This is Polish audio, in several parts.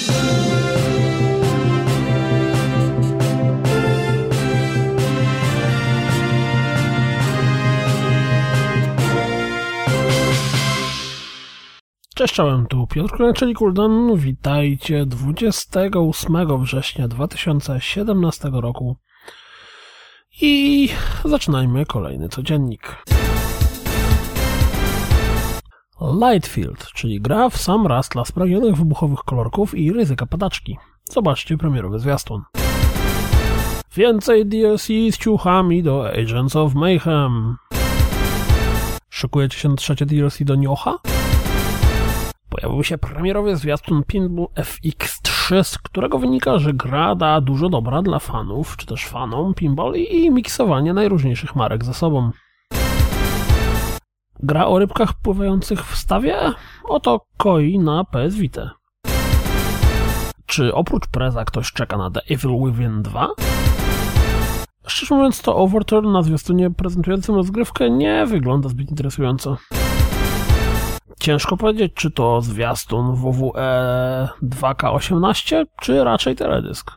Cześć, czołem, tu Piotr Kulek, czyli Kuldan. Witajcie 28 września 2017 roku i zaczynajmy kolejny codziennik. Lightfield, czyli gra w sam raz dla spragnionych wybuchowych kolorków i ryzyka padaczki. Zobaczcie premierowy zwiastun. Więcej DLC z ciuchami do Agents of Mayhem. Szykujecie się na trzecie DLC do Nioha? Pojawił się premierowy zwiastun Pinball FX3, z którego wynika, że gra da dużo dobra dla fanów, czy też fanom pinballi i miksowanie najróżniejszych marek ze sobą. Gra o rybkach pływających w stawie? Oto koi na PS Vita. Czy oprócz Preza ktoś czeka na The Evil Within 2? Szczerze mówiąc, to Overturn na zwiastunie prezentującym rozgrywkę nie wygląda zbyt interesująco. Ciężko powiedzieć, czy to zwiastun WWE 2K18, czy raczej teledysk.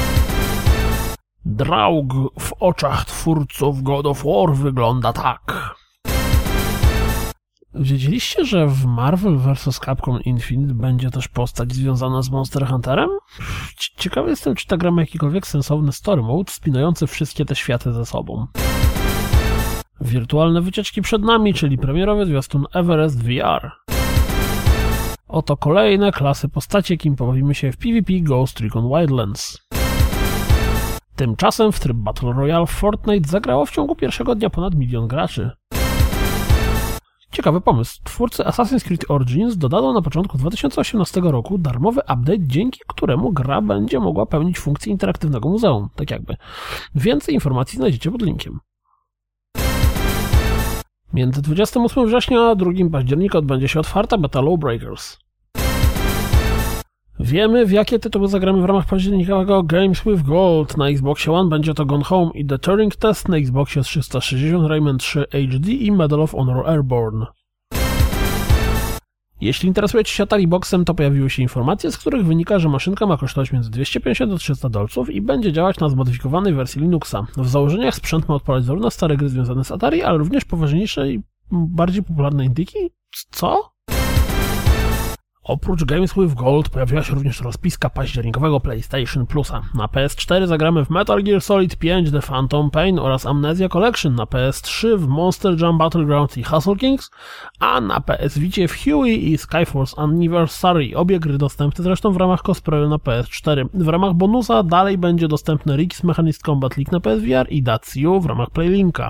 Draug w oczach twórców God of War wygląda tak. Wiedzieliście, że w Marvel vs. Capcom Infinite będzie też postać związana z Monster Hunterem? Ciekawy jestem, czy ta gra ma jakikolwiek sensowny story mode spinający wszystkie te światy ze sobą. Wirtualne wycieczki przed nami, czyli premierowy zwiastun Everest VR. Oto kolejne klasy postaci, jakim pobawimy się w PvP Ghost Recon Wildlands. Tymczasem w tryb Battle Royale w Fortnite zagrało w ciągu pierwszego dnia ponad 1 milion graczy. Ciekawy pomysł. Twórcy Assassin's Creed Origins dodano na początku 2018 roku darmowy update, dzięki któremu gra będzie mogła pełnić funkcję interaktywnego muzeum. Tak jakby. Więcej informacji znajdziecie pod linkiem. Między 28 września a 2 października odbędzie się otwarta beta Lawbreakers. Wiemy, w jakie tytuły zagramy w ramach październikowego Games with Gold. Na Xboxie One będzie to Gone Home i The Turing Test, na Xboxie 360 Rayman 3 HD i Medal of Honor Airborne. Jeśli interesujecie się Atari Boxem, to pojawiły się informacje, z których wynika, że maszynka ma kosztować między 250 do 300 dolców i będzie działać na zmodyfikowanej wersji Linuxa. W założeniach sprzęt ma odpalać zarówno stare gry związane z Atari, ale również poważniejsze i bardziej popularne indyki? Co? Oprócz Games with Gold pojawiła się również rozpiska październikowego PlayStation Plusa. Na PS4 zagramy w Metal Gear Solid 5 The Phantom Pain oraz Amnesia Collection, na PS3 w Monster Jam Battlegrounds i Hustle Kings, a na PS Vicie w Huey i Skyforce Anniversary. Obie gry dostępne zresztą w ramach cosplayu na PS4. W ramach bonusa dalej będzie dostępny Rick's Mechanist Combat League na PSVR i Datsu w ramach Playlinka.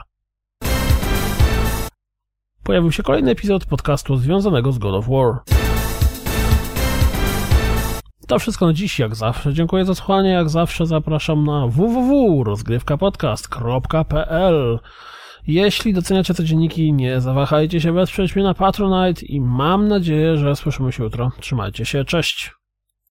Pojawił się kolejny epizod podcastu związanego z God of War. To wszystko na dziś, jak zawsze. Dziękuję za słuchanie, jak zawsze zapraszam na www.rozgrywkapodcast.pl. Jeśli doceniacie codzienniki, nie zawahajcie się wesprzeć mnie na Patronite i mam nadzieję, że słyszymy się jutro. Trzymajcie się, cześć!